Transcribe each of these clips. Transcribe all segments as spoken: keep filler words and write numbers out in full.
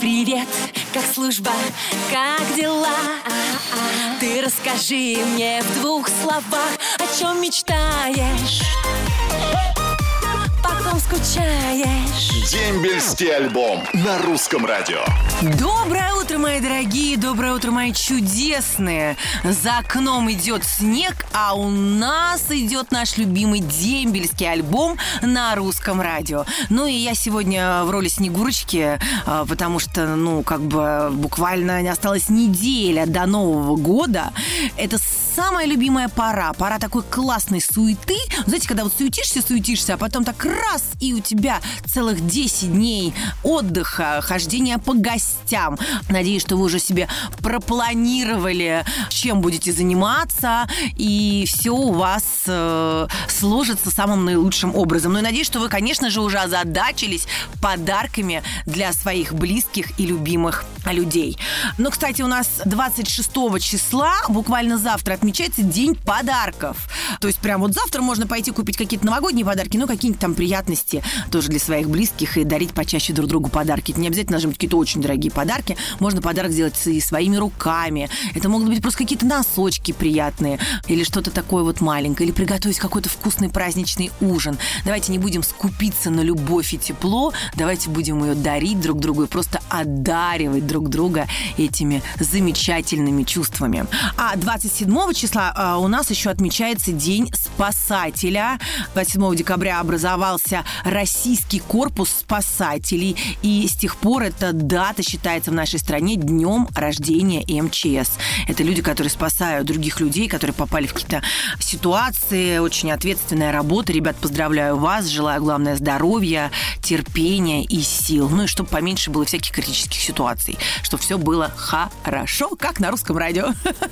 Привет, как служба, как дела? Ты расскажи мне в двух словах, о чем мечтаешь, потом скучаешь. Дембельский альбом на русском радио. Доброе утро, мои дорогие, доброе утро, мои чудесные. За окном идет снег, а у нас идет наш любимый дембельский альбом на русском радио. Ну и я сегодня в роли Снегурочки, потому что, ну, как бы буквально не осталась неделя до Нового года. Это самая любимая пора, пора такой классной суеты. Знаете, когда вот суетишься, суетишься, а потом так раз, и у тебя целых десять дней отдыха, хождения по гостям. Надеюсь, что вы уже себе пропланировали, чем будете заниматься, и все у вас э, сложится самым наилучшим образом. Ну и надеюсь, что вы, конечно же, уже озадачились подарками для своих близких и любимых людей. Ну, кстати, у нас двадцать шестого числа, буквально завтра, отмечается День подарков. То есть прям вот завтра можно пойти купить какие-то новогодние подарки, ну, какие-нибудь там приятности тоже для своих близких и дарить почаще друг другу подарки. Это не обязательно должны быть какие-то очень дорогие подарки. Можно подарок сделать и своими руками. Это могут быть просто какие-то носочки приятные или что-то такое вот маленькое. Или приготовить какой-то вкусный праздничный ужин. Давайте не будем скупиться на любовь и тепло. Давайте будем ее дарить друг другу и просто одаривать друг друга этими замечательными чувствами. А двадцать седьмого числа а, у нас еще отмечается День спасателя. двадцать седьмого декабря образовался Российский корпус спасателей, и с тех пор эта дата считается в нашей стране днем рождения эм че эс. Это люди, которые спасают других людей, которые попали в какие-то ситуации. Очень ответственная работа. Ребят, поздравляю вас, желаю, главное, здоровья, терпения и сил. Ну и чтобы поменьше было всяких критических ситуаций, чтобы все было хорошо, как на русском радио.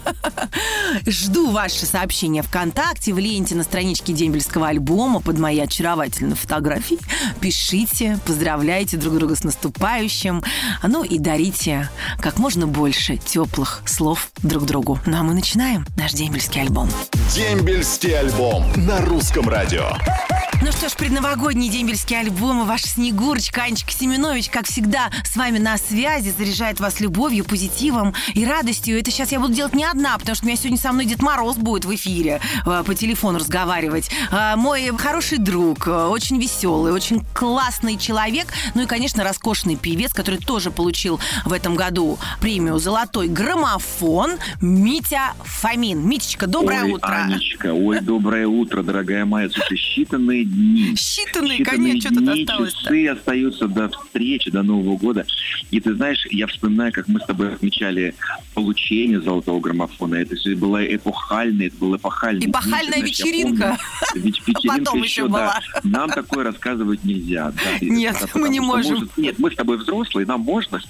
Жду ваши сообщения ВКонтакте, в ленте на страничке дембельского альбома под моей очаровательной фотографией. Пишите, поздравляйте друг друга с наступающим. Ну и дарите как можно больше теплых слов друг другу. Ну а мы начинаем наш дембельский альбом. Дембельский альбом на русском радио. Ну что ж, предновогодний дембельский альбом, и ваша Снегурочка Анечка Семенович, как всегда, с вами на связи, заряжает вас любовью, позитивом и радостью. Это сейчас я буду делать не одна, потому что у меня сегодня со мной Дед Мороз будет в эфире по телефону разговаривать. Мой хороший друг, очень веселый, очень классный человек, ну и, конечно, роскошный певец, который тоже получил в этом году премию «Золотой граммофон», Митя Фомин. Митечка, доброе ой, утро. Анечка, ой, доброе утро, дорогая моя. Слушай, считанные дни. Считанные, Считанные конечно, что тут дни, осталось-то. часы остаются до встречи, до Нового года. И ты знаешь, я вспоминаю, как мы с тобой отмечали получение «Золотого граммофона». Это все было эпохально, это было эпохально. Эпохальная вечеринка. Ведь вечеринка Потом еще еще, была. да. Нам такое рассказывать нельзя. Да, Нет, это мы не потому что можем. может- Нет, мы с тобой взрослые, нам можно.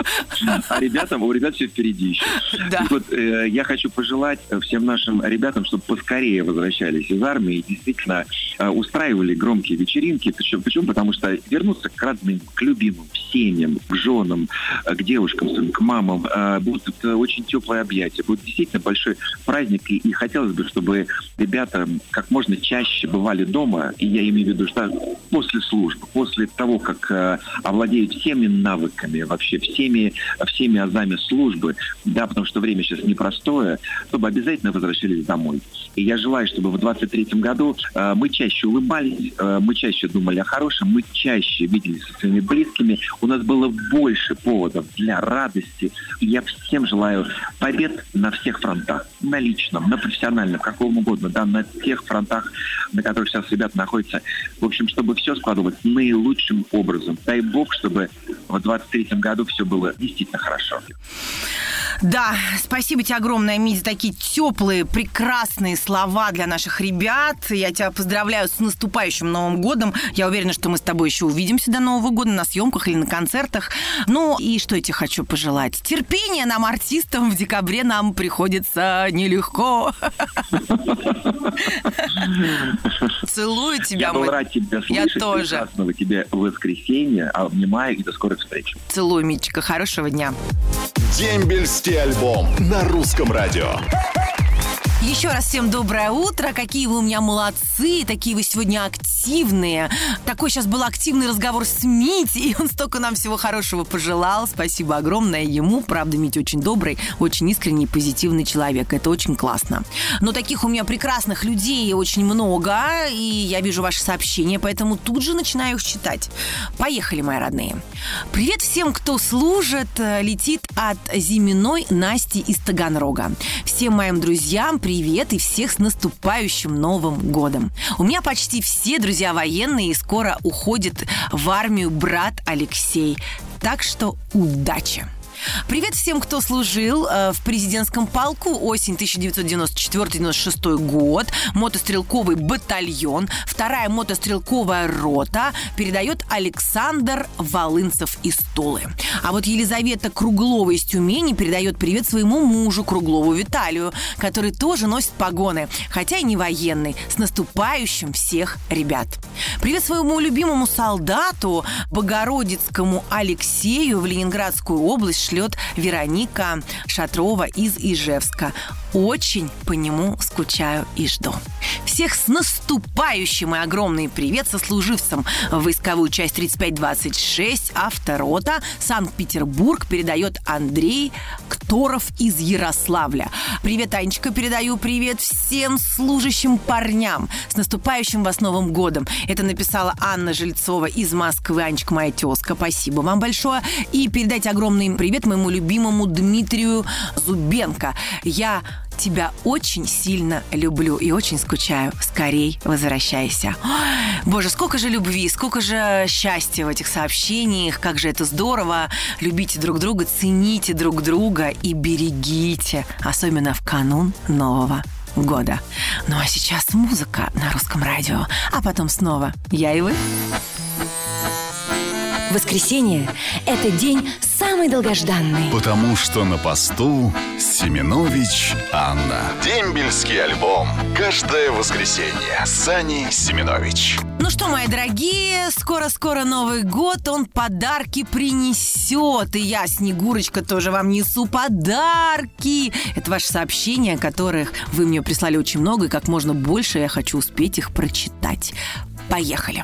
А ребятам, у ребят все впереди еще. Да. Так вот, э, я хочу пожелать всем нашим ребятам, чтобы поскорее возвращались из армии и действительно э, устраивали громкие вечеринки. Почему? Почему? Потому что вернуться к родным, к любимым, к семьям, к женам, э, к девушкам, своим, к мамам э, будут э, очень теплые объятия. Будет действительно большой праздник. И, и хотелось бы, чтобы ребята как можно чаще бывали дома. И я имею в виду, что после службы, после того, как э, овладеют всеми навыками, вообще всеми, всеми азами службы, да, потому что время сейчас непростое, чтобы обязательно возвращались домой. И я желаю, чтобы в двадцать третьем году э, мы чаще улыбались, э, мы чаще думали о хорошем, мы чаще виделись со своими близкими, у нас было больше поводов для радости. И я всем желаю побед на всех фронтах. На личном, на профессиональном, каком угодно, да, на тех фронтах, на которых сейчас ребята находятся. В общем, чтобы все складывалось наилучшим образом. Дай бог, чтобы в двадцать третьем году все было действительно хорошо. Да, спасибо тебе огромное, Мить, за такие теплые, прекрасные слова для наших ребят. Я тебя поздравляю с наступающим Новым годом. Я уверена, что мы с тобой еще увидимся до Нового года на съемках или на концертах. Ну, и что я тебе хочу пожелать? Терпение нам, артистам, в декабре нам приходится нелегко. Целую тебя, Я был мой. рад тебя Я слышать. тоже. Прекрасного тебе воскресенья. Обнимаю и до скорых встреч. Целую, Митечка, хорошего дня. Дембельский альбом на русском радио. Еще раз всем доброе утро. Какие вы у меня молодцы, такие вы сегодня активные. позитивные. Такой сейчас был активный разговор с Митей, и он столько нам всего хорошего пожелал. Спасибо огромное ему. Правда, Митя очень добрый, очень искренний, позитивный человек. Это очень классно. Но таких у меня прекрасных людей очень много, и я вижу ваши сообщения, поэтому тут же начинаю их читать. Поехали, мои родные. Привет всем, кто служит, летит от Зиминой Насти из Таганрога. Всем моим друзьям привет и всех с наступающим Новым годом. У меня почти все друзья военные, и скоро уходит в армию брат Алексей. Так что удачи! Привет всем, кто служил э, в президентском полку. Осень тысяча девятьсот девяносто четвёртый — девяносто шестой год. Мотострелковый батальон. Вторая мотострелковая рота. Передает Александр Волынцев из Тулы. А вот Елизавета Круглова из Тюмени передает привет своему мужу Круглову Виталию, который тоже носит погоны, хотя и не военный. С наступающим всех ребят. Привет своему любимому солдату Богородицкому Алексею в Ленинградскую область шлет Вероника Шатрова из Ижевска. Очень по нему скучаю и жду. Всех с наступающим и огромный привет сослуживцам в войсковую часть тридцать пять двадцать шесть авторота Санкт-Петербург передает Андрей Кторов из Ярославля. Привет, Анечка, передаю привет всем служащим парням. С наступающим вас Новым годом. Это написала Анна Жильцова из Москвы. Анечка, моя тезка, спасибо вам большое. И передайте огромный привет моему любимому Дмитрию Зубенко. Я тебя очень сильно люблю и очень скучаю. Скорей возвращайся. Боже, сколько же любви, сколько же счастья в этих сообщениях. Как же это здорово. Любите друг друга, цените друг друга и берегите. Особенно в канун Нового года. Ну а сейчас музыка на Русском радио. А потом снова я и вы. Воскресенье – это день самый долгожданный. Потому что на посту Семенович Анна. Дембельский альбом. Каждое воскресенье. Сани Семенович. Ну что, мои дорогие, скоро-скоро Новый год, он подарки принесет. И я, Снегурочка, тоже вам несу подарки. Это ваши сообщения, которых вы мне прислали очень много, и как можно больше я хочу успеть их прочитать. Поехали.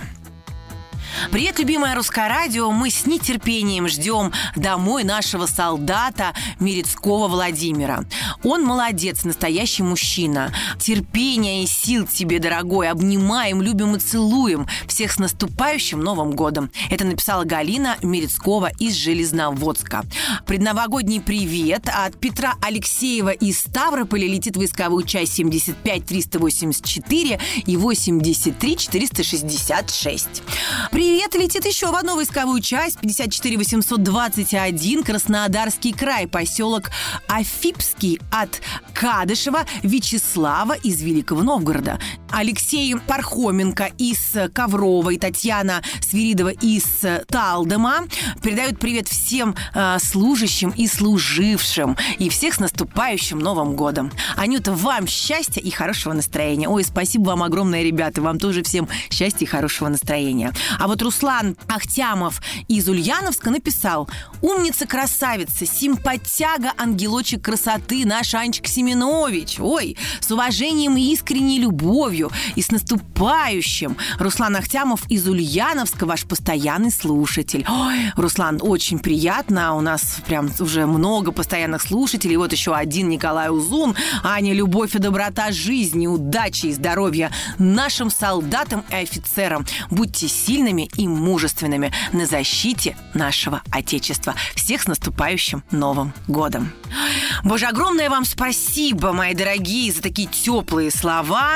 Привет, любимое Русское радио. Мы с нетерпением ждем домой нашего солдата Мерецкого Владимира. Он молодец, настоящий мужчина. Терпения и сил тебе, дорогой. Обнимаем, любим и целуем. Всех с наступающим Новым годом. Это написала Галина Мерецкова из Железноводска. Предновогодний привет от Петра Алексеева из Ставрополя. Летит войсковую часть семьдесят пять триста восемьдесят четыре и восемьдесят три четыреста шестьдесят шесть. Привет, летит еще в одну войсковую часть пятьдесят четыре восемьсот двадцать один, Краснодарский край, поселок Афипский от Кадышева Вячеслава из Великого Новгорода. Алексей Пархоменко из Коврова и Татьяна Свиридова из Талдома передают привет всем э, служащим и служившим. И всех с наступающим Новым годом. Анюта, вам счастья и хорошего настроения. Ой, спасибо вам огромное, ребята. Вам тоже всем счастья и хорошего настроения. А вот Руслан Ахтямов из Ульяновска написал: умница, красавица, симпатяга, ангелочек красоты, наш Анечка Семенович. Ой, с уважением и искренней любовью. И с наступающим. Руслан Ахтямов из Ульяновска, ваш постоянный слушатель. Ой, Руслан, очень приятно. У нас прям уже много постоянных слушателей. Вот еще один Николай Узун. Аня, любовь и доброта жизни, удачи и здоровья нашим солдатам и офицерам. Будьте сильными и мужественными на защите нашего Отечества. Всех с наступающим Новым годом. Боже, огромное вам спасибо, мои дорогие, за такие теплые слова.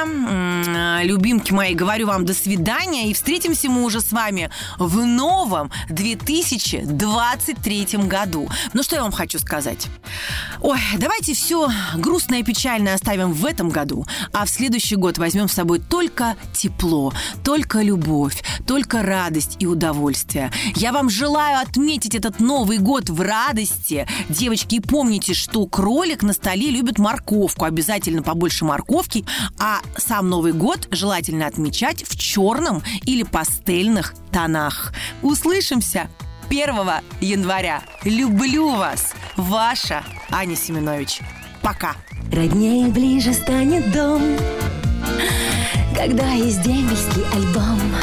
Любимки мои, говорю вам до свидания. И встретимся мы уже с вами в новом две тысячи двадцать третьем году. Ну, что я вам хочу сказать? Ой, давайте все грустное и печальное оставим в этом году, а в следующий год возьмем с собой только тепло, только любовь, только радость и удовольствие. Я вам желаю отметить этот Новый год в радости. Девочки, и помните, что кролик на столе любит морковку. Обязательно побольше морковки. А сам Новый год желательно отмечать в черном или пастельных тонах. Услышимся первого января. Люблю вас. Ваша Аня Семенович. Пока. Роднее ближе станет дом, когда есть дембельский альбом.